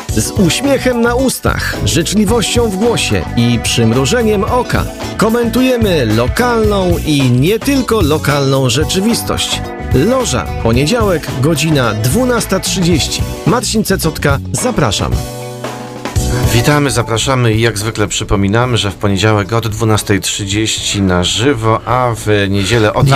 Z uśmiechem na ustach, życzliwością w głosie i przymrużeniem oka komentujemy lokalną i nie tylko lokalną rzeczywistość. Loża, poniedziałek, godzina 12:30. Marcin Cecotka, zapraszam. Witamy, zapraszamy i jak zwykle przypominamy, że w poniedziałek od 12:30 na żywo, a w niedzielę od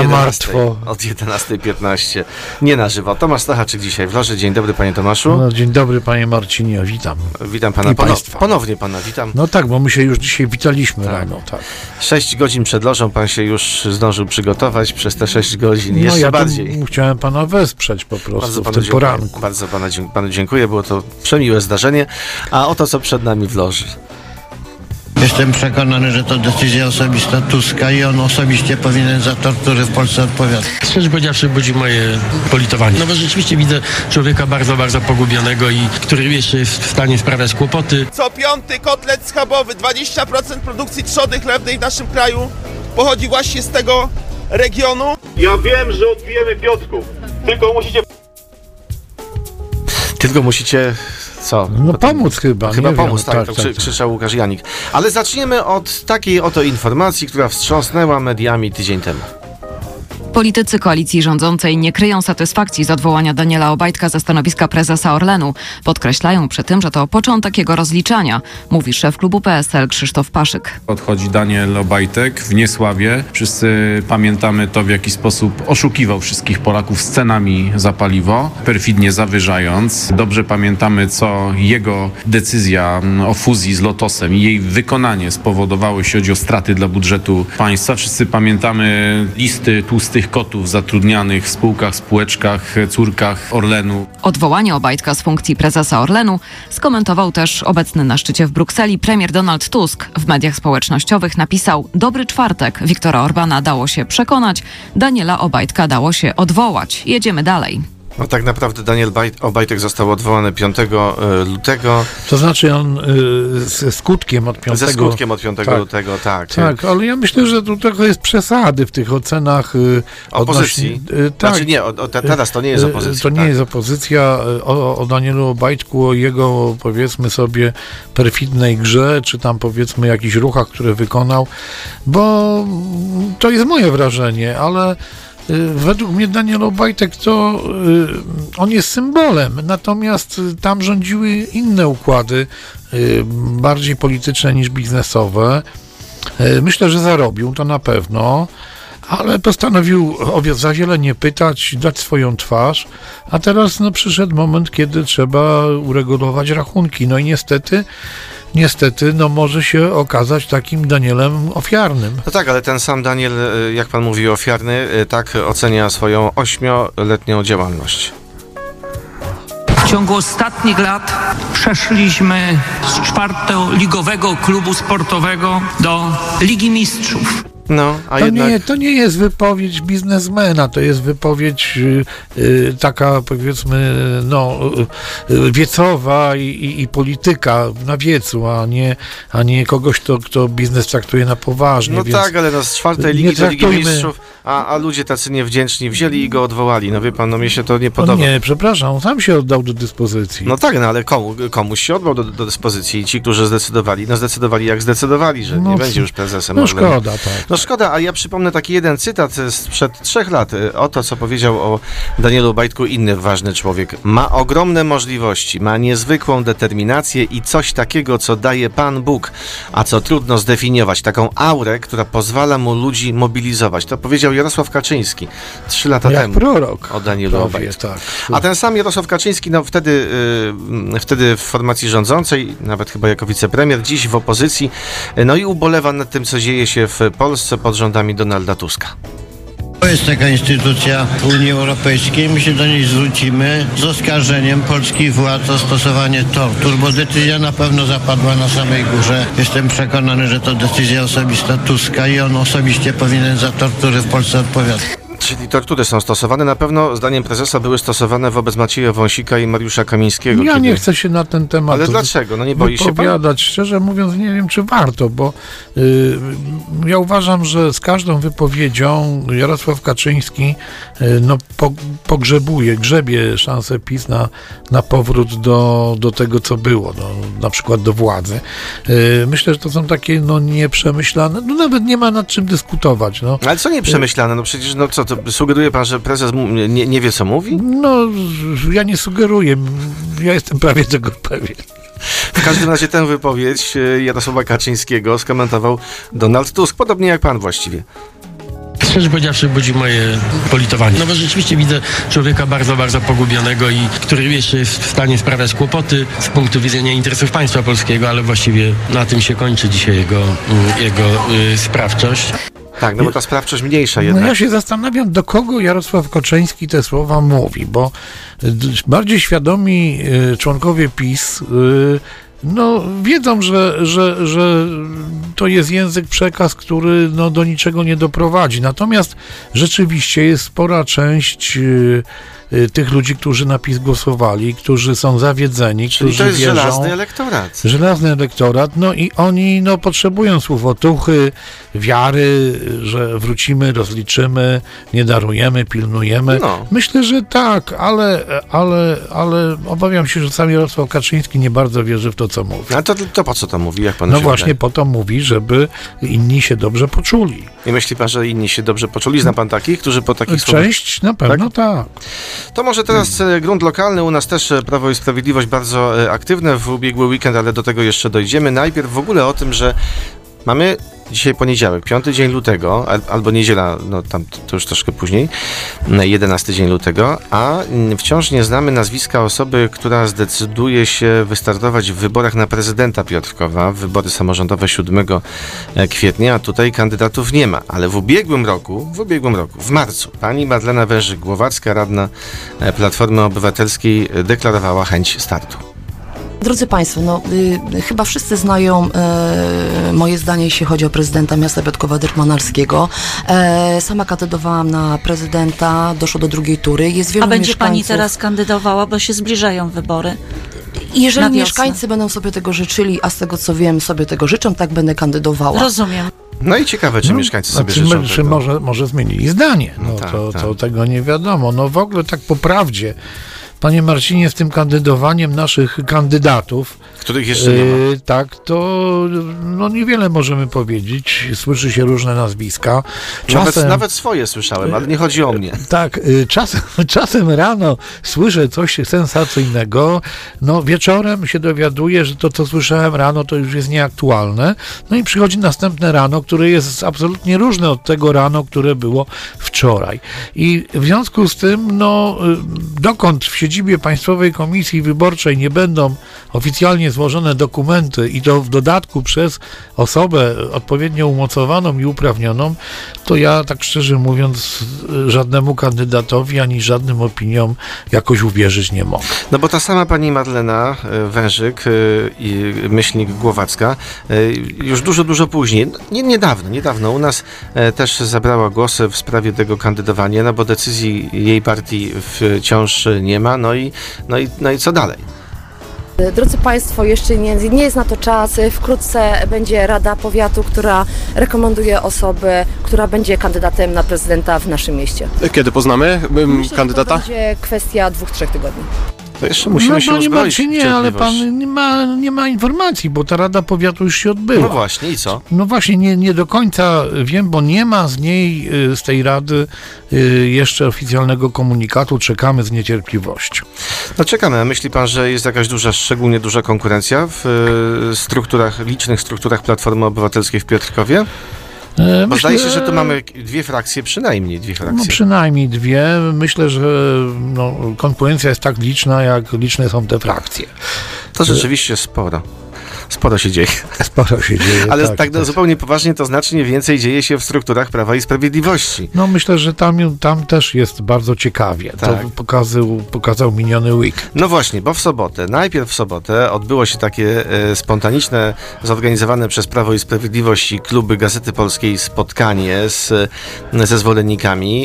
11:15 nie na żywo. Tomasz Stachaczyk dzisiaj w Loży. Dzień dobry, panie Tomaszu. No, dzień dobry, panie Marcinie, witam. Witam pana ponownie pana witam. No tak, bo my się już dzisiaj witaliśmy rano. Tak. 6 godzin przed Lożą pan się już zdążył przygotować przez te 6 godzin, jeszcze ja bardziej. Chciałem pana wesprzeć po prostu bardzo w tym poranku. Bardzo panu dziękuję, było to przemiłe zdarzenie. A oto co przed nami w Loży. Jestem przekonany, że to decyzja osobista Tuska i on osobiście powinien za tortury w Polsce odpowiadać. Szczerze powiedziawszy, budzi moje politowanie. No bo rzeczywiście widzę człowieka bardzo, bardzo pogubionego i który jeszcze jest w stanie sprawiać kłopoty. Co piąty kotlet schabowy, 20% produkcji trzody chlewnej w naszym kraju pochodzi właśnie z tego regionu. Ja wiem, że odbijemy Piotrków, tylko musicie... Co? No pomóc chyba. Chyba nie pomóc, wiem. tak, krzyczał Łukasz Janik. Ale zacznijmy od takiej oto informacji, która wstrząsnęła mediami tydzień temu. Politycy koalicji rządzącej nie kryją satysfakcji z odwołania Daniela Obajtka ze stanowiska prezesa Orlenu. Podkreślają przy tym, że to początek jego rozliczania, mówi szef klubu PSL Krzysztof Paszyk. Odchodzi Daniel Obajtek w niesławie. Wszyscy pamiętamy to, w jaki sposób oszukiwał wszystkich Polaków z cenami za paliwo, perfidnie zawyżając. Dobrze pamiętamy, co jego decyzja o fuzji z Lotosem i jej wykonanie spowodowało, jeśli chodzi o straty dla budżetu państwa. Wszyscy pamiętamy listy tłustych kotów zatrudnianych w spółkach, spółeczkach, córkach Orlenu. Odwołanie Obajtka z funkcji prezesa Orlenu skomentował też obecny na szczycie w Brukseli premier Donald Tusk. W mediach społecznościowych napisał: dobry czwartek, Viktora Orbana dało się przekonać, Daniela Obajtka dało się odwołać. Jedziemy dalej. No tak naprawdę Daniel Obajtek został odwołany 5 lutego. To znaczy on ze skutkiem od 5 Ze skutkiem od 5 lutego, tak. Tak, ale ja myślę, że tu trochę jest przesady w tych ocenach opozycji. Tak. Znaczy nie, teraz to nie jest opozycja. To nie jest opozycja o Danielu Obajtku, o jego, powiedzmy sobie, perfidnej grze, czy tam powiedzmy jakichś ruchach, które wykonał, bo to jest moje wrażenie, ale według mnie Daniel Obajtek to on jest symbolem, natomiast tam rządziły inne układy, bardziej polityczne niż biznesowe. Myślę, że zarobił, to na pewno, ale postanowił za wiele nie pytać, dać swoją twarz, a teraz przyszedł moment, kiedy trzeba uregulować rachunki. No i niestety, może się okazać takim Danielem ofiarnym. No tak, ale ten sam Daniel, jak pan mówi, ofiarny, tak ocenia swoją 8-letnią działalność. W ciągu ostatnich lat przeszliśmy z 4-ligowego klubu sportowego do Ligi Mistrzów. No, a jednak... To nie jest wypowiedź biznesmena, to jest wypowiedź taka, powiedzmy, wiecowa i polityka na wiecu, a nie kogoś, kto biznes traktuje na poważnie. No więc tak, ale z 4 ligi do Ligi Mistrzów, a ludzie tacy niewdzięczni wzięli i go odwołali. No wie pan, mnie się to nie podoba. Nie, przepraszam, sam się oddał do dyspozycji. No tak, ale komuś się oddał do dyspozycji i ci, którzy zdecydowali jak zdecydowali, że nie będzie już prezesem. No szkoda, tak. No szkoda, a ja przypomnę taki jeden cytat sprzed 3 lat. Oto, co powiedział o Danielu Obajtku inny ważny człowiek. Ma ogromne możliwości, ma niezwykłą determinację i coś takiego, co daje Pan Bóg, a co trudno zdefiniować. Taką aurę, która pozwala mu ludzi mobilizować. To powiedział Jarosław Kaczyński 3 lata temu. Prorok. O Danielu Obajtku. Tak. A ten sam Jarosław Kaczyński, wtedy w formacji rządzącej, nawet chyba jako wicepremier, dziś w opozycji, i ubolewa nad tym, co dzieje się w Polsce pod rządami Donalda Tuska. To jest taka instytucja Unii Europejskiej, my się do niej zwrócimy z oskarżeniem polskich władz o stosowanie tortur, bo decyzja na pewno zapadła na samej górze. Jestem przekonany, że to decyzja osobista Tuska i on osobiście powinien za tortury w Polsce odpowiadać. jeśli tortury są stosowane, na pewno zdaniem prezesa były stosowane wobec Macieja Wąsika i Mariusza Kamińskiego. Ja nie chcę się na ten temat Ale dlaczego? No nie boi się pan? wypowiadać. Szczerze mówiąc, nie wiem, czy warto, bo ja uważam, że z każdą wypowiedzią Jarosław Kaczyński grzebie szansę PiS na powrót do tego, co było, na przykład do władzy. Myślę, że to są takie nieprzemyślane, nawet nie ma nad czym dyskutować. Ale co nieprzemyślane? No przecież, to sugeruje pan, że prezes nie wie, co mówi? Ja nie sugeruję, ja jestem prawie tego pewien. W każdym razie tę wypowiedź Jarosława Kaczyńskiego skomentował Donald Tusk, podobnie jak pan właściwie. Szczerze powiedziawszy, budzi moje politowanie. Bo rzeczywiście widzę człowieka bardzo, bardzo pogubionego i który jeszcze jest w stanie sprawiać kłopoty z punktu widzenia interesów państwa polskiego, ale właściwie na tym się kończy dzisiaj jego sprawczość. Tak, bo ta sprawczość mniejsza jednak. Ja się zastanawiam, do kogo Jarosław Kaczyński te słowa mówi, bo bardziej świadomi członkowie PiS wiedzą, że to jest język, przekaz, który do niczego nie doprowadzi. Natomiast rzeczywiście jest spora część tych ludzi, którzy na PiS głosowali, którzy są zawiedzeni, czyli którzy to jest wierzą. żelazny elektorat. Żelazny elektorat, i oni potrzebują słowotuchy, wiary, że wrócimy, rozliczymy, nie darujemy, pilnujemy. Myślę, że tak, ale obawiam się, że sam Jarosław Kaczyński nie bardzo wierzy w to, co mówi. A to po co to mówi, jak pan właśnie po to mówi, żeby inni się dobrze poczuli. I myśli pan, że inni się dobrze poczuli? Zna pan takich, którzy po takich słowach... Część na pewno tak. To może teraz grunt lokalny. U nas też Prawo i Sprawiedliwość bardzo aktywne w ubiegły weekend, ale do tego jeszcze dojdziemy. Najpierw w ogóle o tym, że mamy dzisiaj poniedziałek, 5 dzień lutego, albo niedziela, to już troszkę później, 11 dzień lutego, a wciąż nie znamy nazwiska osoby, która zdecyduje się wystartować w wyborach na prezydenta Piotrkowa, wybory samorządowe 7 kwietnia, a tutaj kandydatów nie ma, ale w ubiegłym roku, w marcu, pani Madlena Wężyk-Głowacka, radna Platformy Obywatelskiej, deklarowała chęć startu. Drodzy Państwo, chyba wszyscy znają moje zdanie, jeśli chodzi o prezydenta miasta Piotrkowa Dyrmanalskiego. Sama kandydowałam na prezydenta, doszło do drugiej tury. Jest wielu A będzie mieszkańców. pani teraz kandydowała, bo się zbliżają wybory? Jeżeli mieszkańcy będą sobie tego życzyli, a z tego co wiem, sobie tego życzą, tak będę kandydowała. Rozumiem. No i ciekawe, czy mieszkańcy sobie życzą Czy tego. może zmienili zdanie. To tego nie wiadomo. W ogóle tak po prawdzie, panie Marcinie, z tym kandydowaniem naszych kandydatów, których jeszcze nie ma. Tak, to niewiele możemy powiedzieć. Słyszy się różne nazwiska. Nawet swoje słyszałem, ale nie chodzi o mnie. Tak, czasem rano słyszę coś sensacyjnego, wieczorem się dowiaduję, że to, co słyszałem rano, to już jest nieaktualne. I przychodzi następne rano, które jest absolutnie różne od tego rano, które było wczoraj. I w związku z tym, dokąd w siedzibie Państwowej Komisji Wyborczej nie będą oficjalnie złożone dokumenty i to w dodatku przez osobę odpowiednio umocowaną i uprawnioną, to ja tak szczerze mówiąc żadnemu kandydatowi ani żadnym opiniom jakoś uwierzyć nie mogę. Bo ta sama pani Madlena Wężyk i myślnik Głowacka już dużo później, niedawno u nas też zabrała głos w sprawie tego kandydowania, bo decyzji jej partii wciąż nie ma, no i co dalej? Drodzy Państwo, jeszcze nie jest na to czas. Wkrótce będzie Rada Powiatu, która rekomenduje osobę, która będzie kandydatem na prezydenta w naszym mieście. Kiedy poznamy kandydata? To będzie kwestia 2-3 tygodni. To jeszcze musimy się uzbroić w nie, ale pan nie ma informacji, bo ta Rada Powiatu już się odbyła. No właśnie, i co? No właśnie, nie do końca wiem, bo nie ma z tej Rady jeszcze oficjalnego komunikatu. Czekamy z niecierpliwością. No czekamy, a myśli pan, że jest jakaś szczególnie duża konkurencja w licznych strukturach Platformy Obywatelskiej w Piotrkowie? Bo zdaje się, że tu mamy przynajmniej dwie frakcje. No przynajmniej dwie. Myślę, że konkurencja jest tak liczna, jak liczne są te frakcje. To rzeczywiście sporo. sporo się dzieje. Sporo się dzieje. Ale tak zupełnie poważnie, to znacznie więcej dzieje się w strukturach Prawa i Sprawiedliwości. No myślę, że tam też jest bardzo ciekawie. Tak. To pokazał miniony weekend. No właśnie, bo najpierw w sobotę odbyło się takie spontaniczne, zorganizowane przez Prawo i Sprawiedliwość i kluby Gazety Polskiej spotkanie ze zwolennikami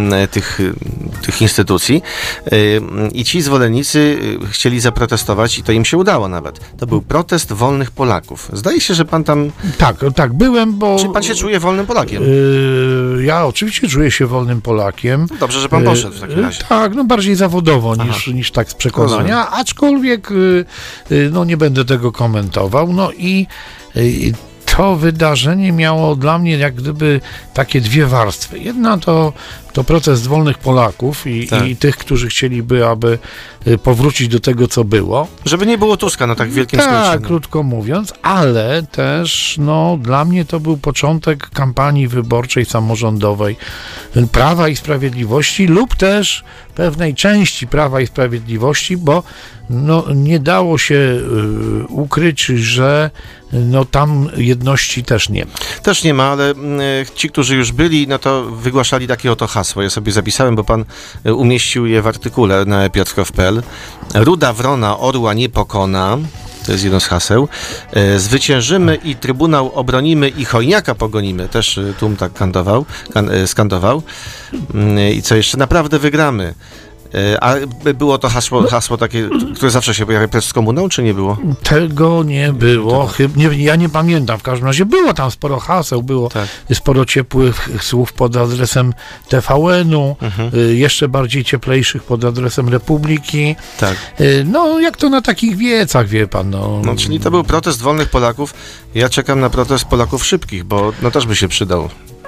tych instytucji i ci zwolennicy chcieli zaprotestować i to im się udało nawet. To był protest wolnych Polaków. Zdaje się, że pan tam... Tak, byłem, bo... Czy pan się czuje wolnym Polakiem? Ja oczywiście czuję się wolnym Polakiem. No dobrze, że pan poszedł w takim razie. Tak, no bardziej zawodowo niż tak z przekonania, aczkolwiek no nie będę tego komentował. No i to wydarzenie miało dla mnie jak gdyby takie dwie warstwy. Jedna to protest wolnych Polaków i tych, którzy chcieliby, aby powrócić do tego, co było. Żeby nie było Tuska na tak wielkim skrócie. Tak, krótko mówiąc, ale też dla mnie to był początek kampanii wyborczej samorządowej Prawa i Sprawiedliwości lub też pewnej części Prawa i Sprawiedliwości, bo nie dało się ukryć, że tam jedności też nie ma. Też nie ma, ale ci, którzy już byli, to wygłaszali takie oto hasło. Ja sobie zapisałem, bo pan umieścił je w artykule na piotrkow.pl. Ruda wrona orła nie pokona. To jest jedno z haseł. Zwyciężymy i Trybunał obronimy i Chojniaka pogonimy. Też tłum tak skandował. I co jeszcze? Naprawdę wygramy. A było to hasło takie, które zawsze się pojawia z komuną, czy nie było? Tego nie było. Ja nie pamiętam. W każdym razie było tam sporo haseł, było sporo ciepłych słów pod adresem TVN-u, jeszcze bardziej cieplejszych pod adresem Republiki. Tak. Jak to na takich wiecach, wie pan. Czyli to był protest wolnych Polaków. Ja czekam na protest Polaków szybkich, bo też by się przydał.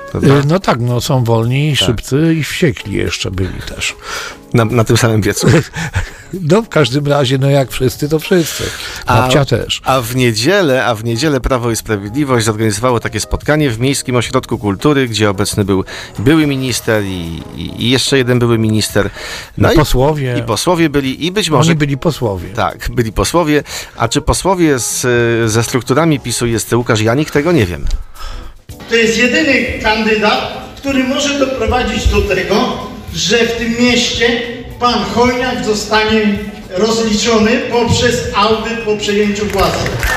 Są wolni, szybcy i wściekli jeszcze byli też. Na tym samym wiecu. W każdym razie, jak wszyscy, to wszyscy. Babcia też. A w niedzielę Prawo i Sprawiedliwość zorganizowało takie spotkanie w Miejskim Ośrodku Kultury, gdzie obecny był były minister i jeszcze jeden były minister. Posłowie. I posłowie byli, i być może... Oni byli posłowie. Tak, byli posłowie. A czy posłowie ze strukturami PiS-u jest Łukasz Janik? Tego nie wiem. To jest jedyny kandydat, który może doprowadzić do tego, że w tym mieście pan Chojniak zostanie rozliczony poprzez audyt po przejęciu władzy.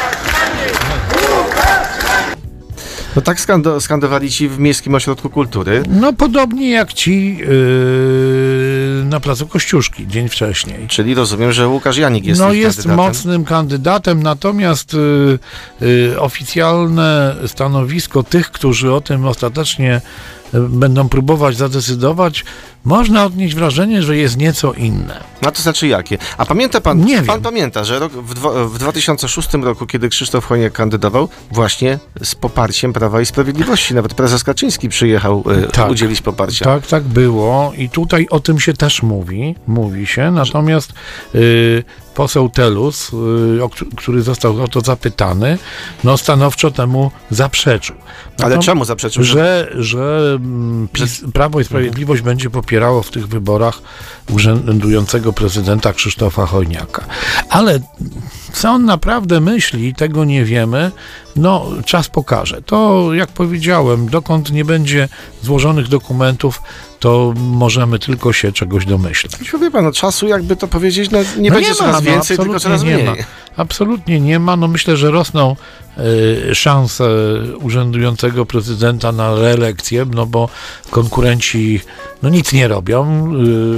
Tak skandowali ci w Miejskim Ośrodku Kultury. Podobnie jak ci na Placu Kościuszki dzień wcześniej. Czyli rozumiem, że Łukasz Janik jest jest mocnym kandydatem, natomiast oficjalne stanowisko tych, którzy o tym ostatecznie będą próbować zadecydować, można odnieść wrażenie, że jest nieco inne. To znaczy jakie? A pamięta pan? Nie pan pamięta, że w 2006 roku, kiedy Krzysztof Chojniak kandydował, właśnie z poparciem Prawa i Sprawiedliwości, nawet prezes Kaczyński przyjechał udzielić poparcia. Tak było i tutaj o tym się też mówi się, natomiast poseł Telus, który został o to zapytany, stanowczo temu zaprzeczył. Ale czemu zaprzeczył? Że Prawo i Sprawiedliwość będzie popierało w tych wyborach urzędującego prezydenta Krzysztofa Chojniaka. Ale co on naprawdę myśli, tego nie wiemy. Czas pokaże. To, jak powiedziałem, dokąd nie będzie złożonych dokumentów, to możemy tylko się czegoś domyśleć. Wie pan, czasu, jakby to powiedzieć, nie będzie coraz więcej, tylko coraz mniej. Absolutnie nie ma. Myślę, że rosną szanse urzędującego prezydenta na reelekcję, bo konkurenci nic nie robią,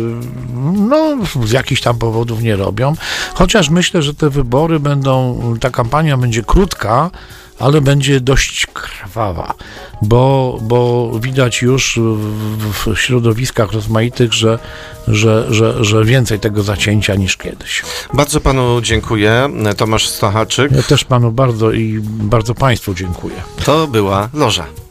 z jakichś tam powodów nie robią. Chociaż myślę, że te wybory ta kampania będzie krótka, ale będzie dość krwawa, bo widać już w środowiskach rozmaitych, że więcej tego zacięcia niż kiedyś. Bardzo panu dziękuję. Tomasz Stachaczyk. Ja też panu bardzo i bardzo państwu dziękuję. To była Loża.